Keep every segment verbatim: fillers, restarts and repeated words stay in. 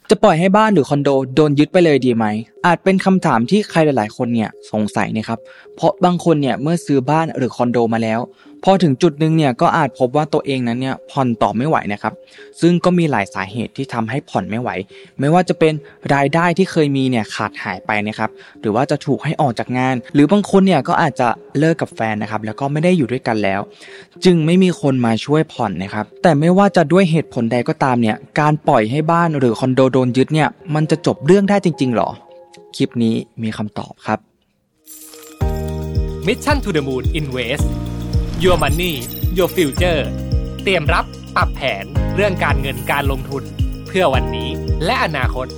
จะปล่อยให้บ้านหรือคอนโดโดนยึดไปเลยดีไหมอาจเป็นคำถามที่ใครหลายๆคนเนี่ยสงสัยนะครับเพราะบางคนเนี่ยเมื่อซื้อบ้านหรือคอนโดมาแล้วพอถึงจุดนึงเนี่ยก็อาจพบว่าตัวเองนั้นเนี่ยผ่อนต่อไม่ไหวนะครับซึ่งก็มีหลายสาเหตุที่ทำให้ผ่อนไม่ไหวไม่ว่าจะเป็นรายได้ที่เคยมีเนี่ยขาดหายไปนะครับหรือว่าจะถูกให้ออกจากงานหรือบางคนเนี่ยก็อาจจะเลิกกับแฟนนะครับแล้วก็ไม่ได้อยู่ด้วยกันแล้วจึงไม่มีคนมาช่วยผ่อนนะครับแต่ไม่ว่าจะด้วยเหตุผลใดก็ตามเนี่ยการปล่อยให้บ้านหรือคอนโดโดนยึดเนี่ยมันจะจบเรื่องได้จริงๆหรอคลิปนี้มีคำตอบครับ Mission to the Moon Invest Your Money Your Future เตรียมรับปรับแผนเรื่องการเงินการลงทุนเพื่อวันนี้และอนาคต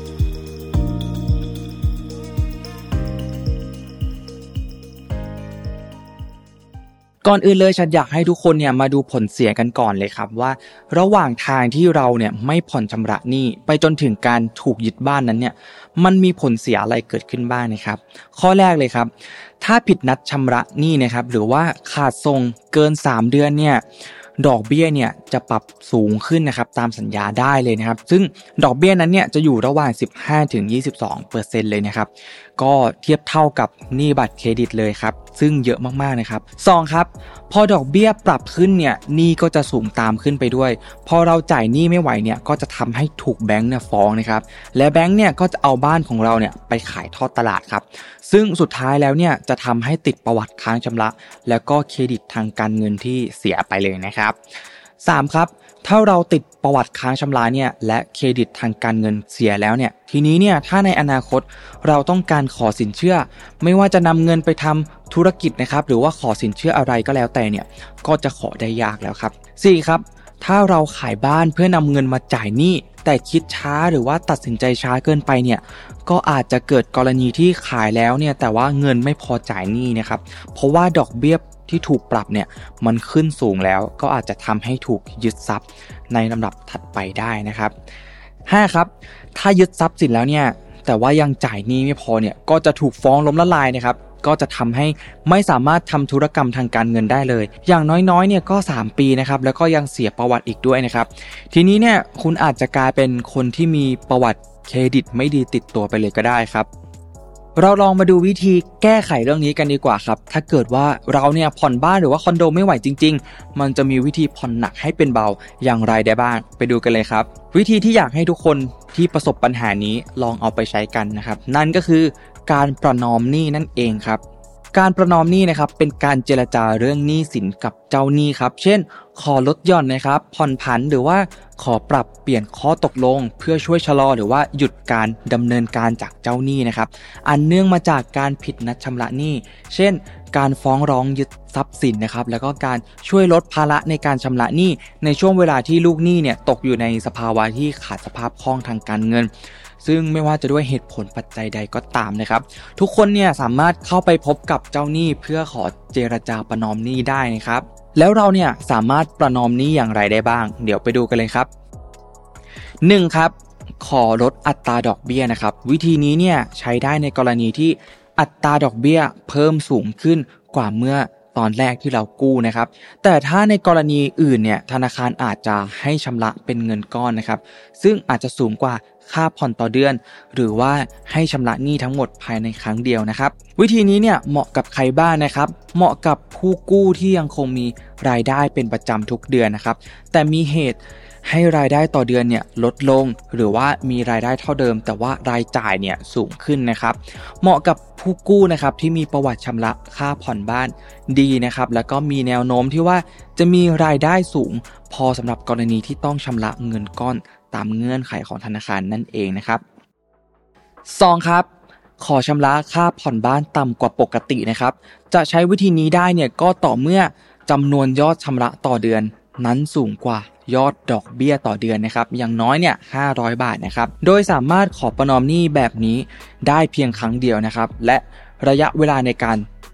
ก่อนอื่นเลยฉันอยากให้ทุกคนเนี่ยมาดูผลเสียกันก่อนเลยครับว่าระหว่างทางที่เราเนี่ยไม่ผ่อนชำระหนี้ไปจนถึงการถูกยึดบ้านนั้นเนี่ยมันมีผลเสียอะไรเกิดขึ้นบ้างนะครับข้อแรกเลยครับถ้าผิดนัดชำระหนี้นะครับหรือว่าขาดส่งเกินสามเดือนเนี่ยดอกเบี้ยเนี่ยจะปรับสูงขึ้นนะครับตามสัญญาได้เลยนะครับซึ่งดอกเบี้ยนั้นเนี่ยจะอยู่ระหว่าง สิบห้าถึงยี่สิบสองเปอร์เซ็นต์ เลยนะครับก็เทียบเท่ากับหนี้บัตรเครดิตเลยครับซึ่งเยอะมากๆนะครับสองครับพอดอกเบี้ยปรับขึ้นเนี่ยหนี้ก็จะสูงตามขึ้นไปด้วยพอเราจ่ายหนี้ไม่ไหวเนี่ยก็จะทำให้ถูกแบงค์เนี่ยฟ้องนะครับและแบงค์เนี่ยก็จะเอาบ้านของเราเนี่ยไปขายทอดตลาดครับซึ่งสุดท้ายแล้วเนี่ยจะทำให้ติดประวัติค้างชำระแล้วก็เครดิตทางการเงินที่เสียไปเลยนะครับสามครับถ้าเราติดประวัติค้างชำระเนี่ยและเครดิตทางการเงินเสียแล้วเนี่ยทีนี้เนี่ยถ้าในอนาคตเราต้องการขอสินเชื่อไม่ว่าจะนำเงินไปทำธุรกิจนะครับหรือว่าขอสินเชื่ออะไรก็แล้วแต่เนี่ยก็จะขอได้ยากแล้วครับสี่ครับถ้าเราขายบ้านเพื่อนำเงินมาจ่ายหนี้แต่คิดช้าหรือว่าตัดสินใจช้าเกินไปเนี่ยก็อาจจะเกิดกรณีที่ขายแล้วเนี่ยแต่ว่าเงินไม่พอจ่ายหนี้นะครับเพราะว่าดอกเบี้ยที่ถูกปรับเนี่ยมันขึ้นสูงแล้วก็อาจจะทำให้ถูกยึดทรัพย์ในลำดับถัดไปได้นะครับห้าครับถ้ายึดทรัพย์สินแล้วเนี่ยแต่ว่ายังจ่ายหนี้ไม่พอเนี่ยก็จะถูกฟ้องล้มละลายนะครับก็จะทำให้ไม่สามารถทำธุรกรรมทางการเงินได้เลยอย่างน้อยๆเนี่ยก็สามปีนะครับแล้วก็ยังเสียประวัติอีกด้วยนะครับทีนี้เนี่ยคุณอาจจะกลายเป็นคนที่มีประวัติเครดิตไม่ดีติดตัวไปเลยก็ได้ครับเราลองมาดูวิธีแก้ไขเรื่องนี้กันดีกว่าครับถ้าเกิดว่าเราเนี่ยผ่อนบ้านหรือว่าคอนโดไม่ไหวจริงๆมันจะมีวิธีผ่อนหนักให้เป็นเบาอย่างไรได้บ้างไปดูกันเลยครับวิธีที่อยากให้ทุกคนที่ประสบปัญหานี้ลองเอาไปใช้กันนะครับนั่นก็คือการประนอมหนี้นั่นเองครับการประนอมหนี้นะครับเป็นการเจรจาเรื่องหนี้สินกับเจ้าหนี้ครับเช่นขอลดหย่อนนะครับผ่อนผันหรือว่าขอปรับเปลี่ยนข้อตกลงเพื่อช่วยชะลอหรือว่าหยุดการดำเนินการจากเจ้าหนี้นะครับอันเนื่องมาจากการผิดนัดชำระหนี้เช่นการฟ้องร้องยึดทรัพย์สินนะครับแล้วก็การช่วยลดภาระในการชำระหนี้ในช่วงเวลาที่ลูกหนี้เนี่ยตกอยู่ในสภาวะที่ขาดสภาพคล่องทางการเงินซึ่งไม่ว่าจะด้วยเหตุผลปัจจัยใดก็ตามนะครับทุกคนเนี่ยสามารถเข้าไปพบกับเจ้าหนี้เพื่อขอเจรจาประนอมหนี้ได้นะครับแล้วเราเนี่ยสามารถประนอมหนี้อย่างไรได้บ้างเดี๋ยวไปดูกันเลยครับหนึ่งครับขอลดอัตราดอกเบี้ยนะครับวิธีนี้เนี่ยใช้ได้ในกรณีที่อัตราดอกเบี้ยเพิ่มสูงขึ้นกว่าเมื่อตอนแรกที่เรากู้นะครับแต่ถ้าในกรณีอื่นเนี่ยธนาคารอาจจะให้ชำระเป็นเงินก้อนนะครับซึ่งอาจจะสูงกว่าค่าผ่อนต่อเดือนหรือว่าให้ชำระหนี้ทั้งหมดภายในครั้งเดียวนะครับวิธีนี้เนี่ยเหมาะกับใครบ้าง นะครับเหมาะกับผู้กู้ที่ยังคงมีรายได้เป็นประจำทุกเดือนนะครับแต่มีเหตุให้รายได้ต่อเดือนเนี่ยลดลงหรือว่ามีรายได้เท่าเดิมแต่ว่ารายจ่ายเนี่ยสูงขึ้นนะครับเหมาะกับผู้กู้นะครับที่มีประวัติชำระค่าผ่อนบ้านดีนะครับแล้วก็มีแนวโน้มที่ว่าจะมีรายได้สูงพอสำหรับกรณีที่ต้องชำระเงินก้อนตามเงื่อนไขของธนาคารนั่นเองนะครับสองครับขอชำระค่าผ่อนบ้านต่ำกว่าปกตินะครับจะใช้วิธีนี้ได้เนี่ยก็ต่อเมื่อจำนวนยอดชำระต่อเดือนนั้นสูงกว่ายอดดอกเบี้ยต่อเดือนนะครับอย่างน้อยเนี่ยห้าร้อยบาทนะครับโดยสามารถขอประนอมหนี้แบบนี้ได้เพียงครั้งเดียวนะครับและระยะเวลาในการ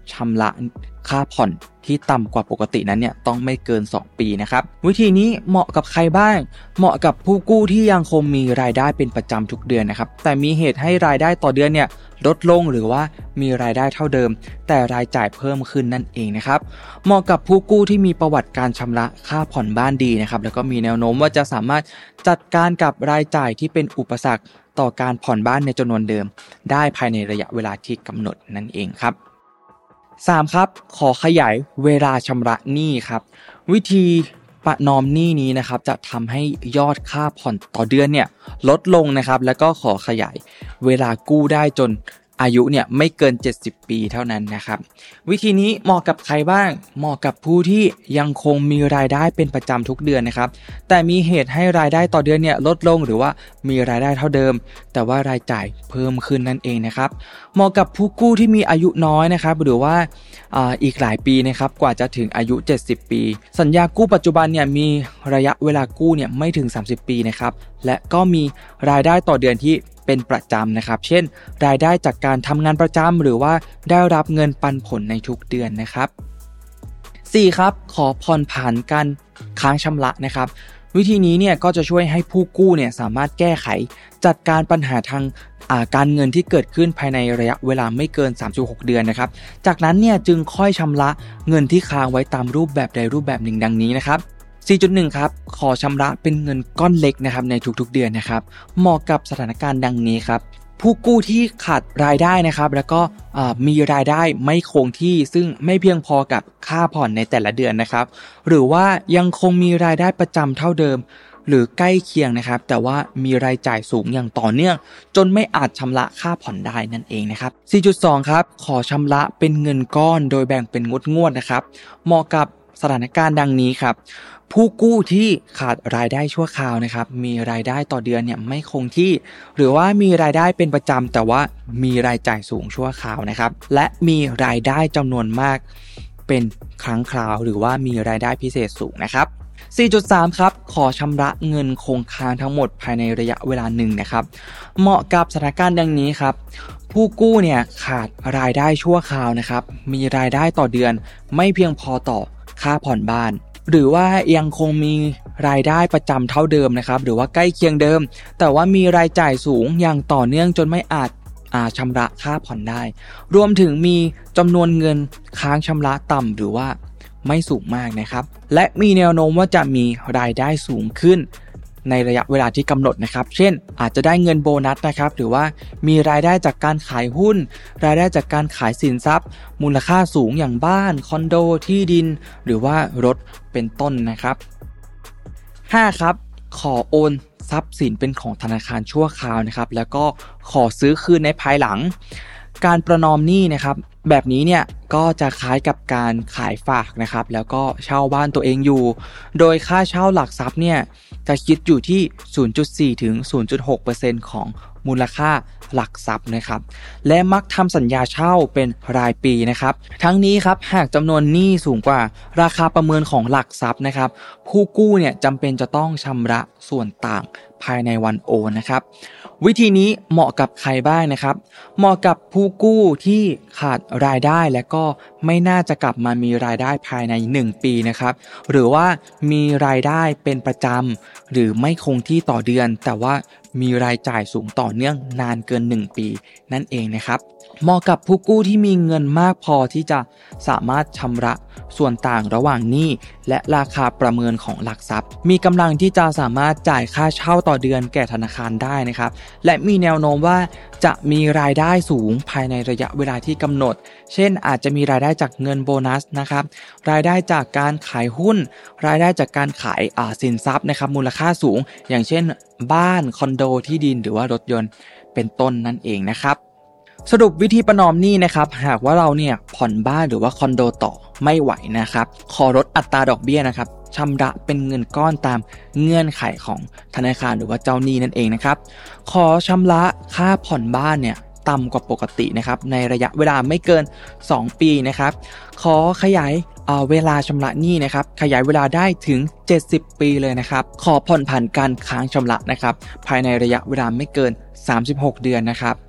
ชำระค่าผ่อนที่ต่ำกว่าปกตินั้นเนี่ยต้องไม่เกินสองปีนะครับวิธีนี้เหมาะกับใครบ้างเหมาะกับผู้กู้ที่ยังคงมีรายได้เป็นประจำทุกเดือนนะครับแต่มีเหตุให้รายได้ต่อเดือนเนี่ยลดลงหรือว่ามีรายได้เท่าเดิมแต่รายจ่ายเพิ่มขึ้นนั่นเองนะครับเหมาะกับผู้กู้ที่มีประวัติการชำระค่าผ่อนบ้านดีนะครับแล้วก็มีแนวโน้มว่าจะสามารถจัดการกับรายจ่ายที่เป็นอุปสรรคต่อการผ่อนบ้านในจำนวนเดิมได้ภายในระยะเวลาที่กำหนดนั่นเองครับสามครับขอขยายเวลาชำระหนี้ครับวิธีประนอมหนี้นี้นะครับจะทำให้ยอดค่าผ่อนต่อเดือนเนี่ยลดลงนะครับแล้วก็ขอขยายเวลากู้ได้จนอายุเนี่ยไม่เกินเจ็ดสิบปีเท่านั้นนะครับวิธีนี้เหมาะกับใครบ้างเหมาะกับผู้ที่ยังคงมีรายได้เป็นประจำทุกเดือนนะครับแต่มีเหตุให้รายได้ต่อเดือนเนี่ยลดลงหรือว่ามีรายได้เท่าเดิมแต่ว่ารายจ่ายเพิ่มขึ้นนั่นเองนะครับเหมาะกับผู้กู้ที่มีอายุน้อยนะครับหรือว่าอ่าอีกหลายปีนะครับกว่าจะถึงอายุเจ็ดสิบปีสัญญากู้ปัจจุบันเนี่ยมีระยะเวลากู้เนี่ยไม่ถึงสามสิบปีนะครับและก็มีรายได้ต่อเดือนที่เป็นประจำนะครับเช่นรายได้จากการทำงานประจำหรือว่าได้รับเงินปันผลในทุกเดือนนะครับสี่ครับขอผ่อนผันการค้างชำระนะครับวิธีนี้เนี่ยก็จะช่วยให้ผู้กู้เนี่ยสามารถแก้ไขจัดการปัญหาทางการเงินที่เกิดขึ้นภายในระยะเวลาไม่เกิน สามสิบหก เดือนนะครับจากนั้นเนี่ยจึงค่อยชำระเงินที่ค้างไว้ตามรูปแบบใดรูปแบบหนึ่งดังนี้นะครับสี่จุดหนึ่ง ครับขอชำระเป็นเงินก้อนเล็กนะครับในทุกๆเดือนนะครับเหมาะกับสถานการณ์ดังนี้ครับผู้กู้ที่ขาดรายได้นะครับแล้วก็มีรายได้ไม่คงที่ซึ่งไม่เพียงพอกับค่าผ่อนในแต่ละเดือนนะครับหรือว่ายังคงมีรายได้ประจำเท่าเดิมหรือใกล้เคียงนะครับแต่ว่ามีรายจ่ายสูงอย่างต่อเนื่องจนไม่อาจชำระค่าผ่อนได้นั่นเองนะครับ สี่จุดสอง ครับขอชำระเป็นเงินก้อนโดยแบ่งเป็นงวดๆนะครับเหมาะกับสถานการณ์ดังนี้ครับผู้กู้ที่ขาดรายได้ชั่วคราวนะครับมีรายได้ต่อเดือนเนี่ยไม่คงที่หรือว่ามีรายได้เป็นประจำแต่ว่ามีรายจ่ายสูงชั่วคราวนะครับและมีรายได้จำนวนมากเป็นครั้งคราวหรือว่ามีรายได้พิเศษสูงนะครับ สี่จุดสาม ครับขอชำระเงินคงค้างทั้งหมดภายในระยะเวลาหนึ่งนะครับเหมาะกับสถานการณ์ดังนี้ครับผู้กู้เนี่ยขาดรายได้ชั่วคราวนะครับมีรายได้ต่อเดือนไม่เพียงพอต่อค่าผ่อนบ้านหรือว่ายังคงมีรายได้ประจำเท่าเดิมนะครับหรือว่าใกล้เคียงเดิมแต่ว่ามีรายจ่ายสูงอย่างต่อเนื่องจนไม่อาจอาชำระค่าผ่อนได้รวมถึงมีจำนวนเงินค้างชำระต่ำหรือว่าไม่สูงมากนะครับและมีแนวโน้มว่าจะมีรายได้สูงขึ้นในระยะเวลาที่กำหนดนะครับเช่นอาจจะได้เงินโบนัสนะครับหรือว่ามีรายได้จากการขายหุ้นรายได้จากการขายสินทรัพย์มูลค่าสูงอย่างบ้านคอนโดที่ดินหรือว่ารถเป็นต้นนะครับห้าครับขอโอนทรัพย์สินเป็นของธนาคารชั่วคราวนะครับแล้วก็ขอซื้อคืนในภายหลังการประนอมหนี้นะครับแบบนี้เนี่ยก็จะคล้ายกับการขายฝากนะครับแล้วก็เช่าบ้านตัวเองอยู่โดยค่าเช่าหลักทรัพย์เนี่ยจะคิดอยู่ที่ ศูนย์จุดสี่ ถึง ศูนย์จุดหกเปอร์เซ็นต์ ของมูลค่าหลักทรัพย์นะครับและมักทำสัญญาเช่าเป็นรายปีนะครับทั้งนี้ครับหากจำนวนหนี้สูงกว่าราคาประเมินของหลักทรัพย์นะครับผู้กู้เนี่ยจำเป็นจะต้องชำระส่วนต่างภายในวันโอนนะครับวิธีนี้เหมาะกับใครบ้างนะครับเหมาะกับผู้กู้ที่ขาดรายได้และก็ไม่น่าจะกลับมามีรายได้ภายในหนึ่งปีนะครับหรือว่ามีรายได้เป็นประจำหรือไม่คงที่ต่อเดือนแต่ว่ามีรายจ่ายสูงต่อเนื่องนานเกินหนึ่งปีนั่นเองนะครับเหมาะกับผู้กู้ที่มีเงินมากพอที่จะสามารถชำระส่วนต่างระหว่างหนี้และราคาประเมินของหลักทรัพย์มีกำลังที่จะสามารถจ่ายค่าเช่าต่อเดือนแก่ธนาคารได้นะครับและมีแนวโน้มว่าจะมีรายได้สูงภายในระยะเวลาที่กำหนดเช่นอาจจะมีรายได้จากเงินโบนัสนะครับรายได้จากการขายหุ้นรายได้จากการขายอ่าสินทรัพย์นะครับมูลค่าสูงอย่างเช่นบ้านคอนโดที่ดินหรือว่ารถยนต์เป็นต้นนั่นเองนะครับสรุปวิธีประนอมหนี้นะครับหากว่าเราเนี่ยผ่อนบ้านหรือว่าคอนโดต่อไม่ไหวนะครับขอลดอัตราดอกเบี้ยนะครับชำระเป็นเงินก้อนตามเงื่อนไขของธนาคารหรือว่าเจ้าหนี้นั่นเองนะครับขอชำระค่าผ่อนบ้านเนี่ยต่ำกว่าปกตินะครับในระยะเวลาไม่เกินสองปีนะครับขอขยายเวลาชำระหนี้นะครับขยายเวลาได้ถึงเจ็ดสิบปีเลยนะครับขอผ่อนผันการค้างชำระนะครับภายในระยะเวลาไม่เกินสามสิบหกเดือนนะครับ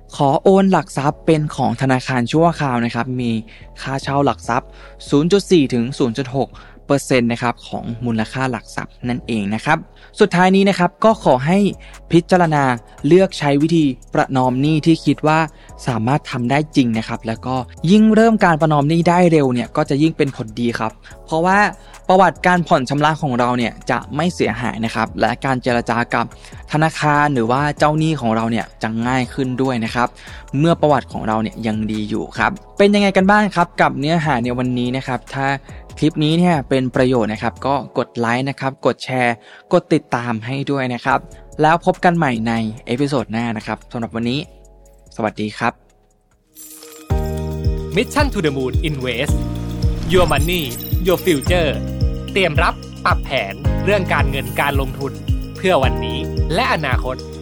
ขอโอนหลักทรัพย์เป็นของธนาคารชั่วคราวนะครับมีค่าเช่าหลักทรัพย์ ศูนย์จุดสี่ ถึง ศูนย์จุดหกเปอร์เซ็นต์ นะครับของมูลค่าหลักทรัพย์นั่นเองนะครับสุดท้ายนี้นะครับก็ขอให้พิจารณาเลือกใช้วิธีประนอมหนี้ที่คิดว่าสามารถทำได้จริงนะครับแล้วก็ยิ่งเริ่มการประนอมหนี้ได้เร็วเนี่ยก็จะยิ่งเป็นผลดีครับเพราะว่าประวัติการผ่อนชำระของเราเนี่ยจะไม่เสียหายนะครับและการเจรจากับธนาคารหรือว่าเจ้าหนี้ของเราเนี่ยจะง่ายขึ้นด้วยนะครับเมื่อประวัติของเราเนี่ยยังดีอยู่ครับเป็นยังไงกันบ้างครับกับเนื้อหาในวันนี้นะครับถ้าคลิปนี้เนี่ยเป็นประโยชน์นะครับก็กดไลค์นะครับกดแชร์กดติดตามให้ด้วยนะครับแล้วพบกันใหม่ในเอพิโซดหน้านะครับสำหรับวันนี้สวัสดีครับ Mission to the Moon Invest Your Money Your Future เตรียมรับปรับแผนเรื่องการเงินการลงทุนเพื่อวันนี้และอนาคต